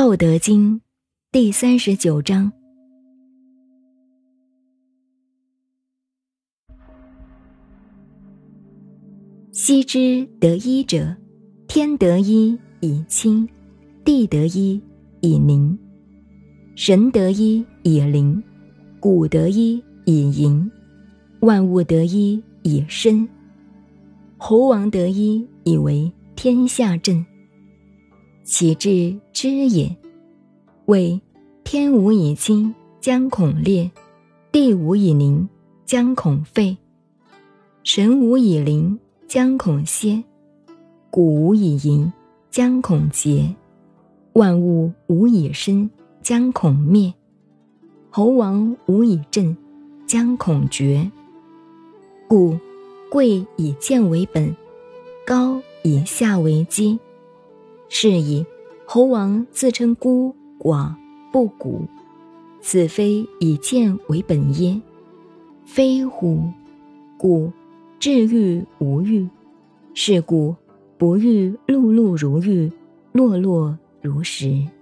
道德经第39章。昔之得一者，天得一以清，地得一以宁，神得一以灵，谷得一以盈，万物得一以生，侯王得一以为天下正。其志之也，谓天无以清，将恐裂；地无以宁，将恐废；神无以灵，将恐歇；谷无以盈，将恐竭；万物无以生，将恐灭；侯王无以正，将恐绝。故贵以贱为本，高以下为基。是以侯王自称孤寡不古，此非以贱为本耶？非乎？故至欲无欲，是故不欲碌碌如玉，落落如石。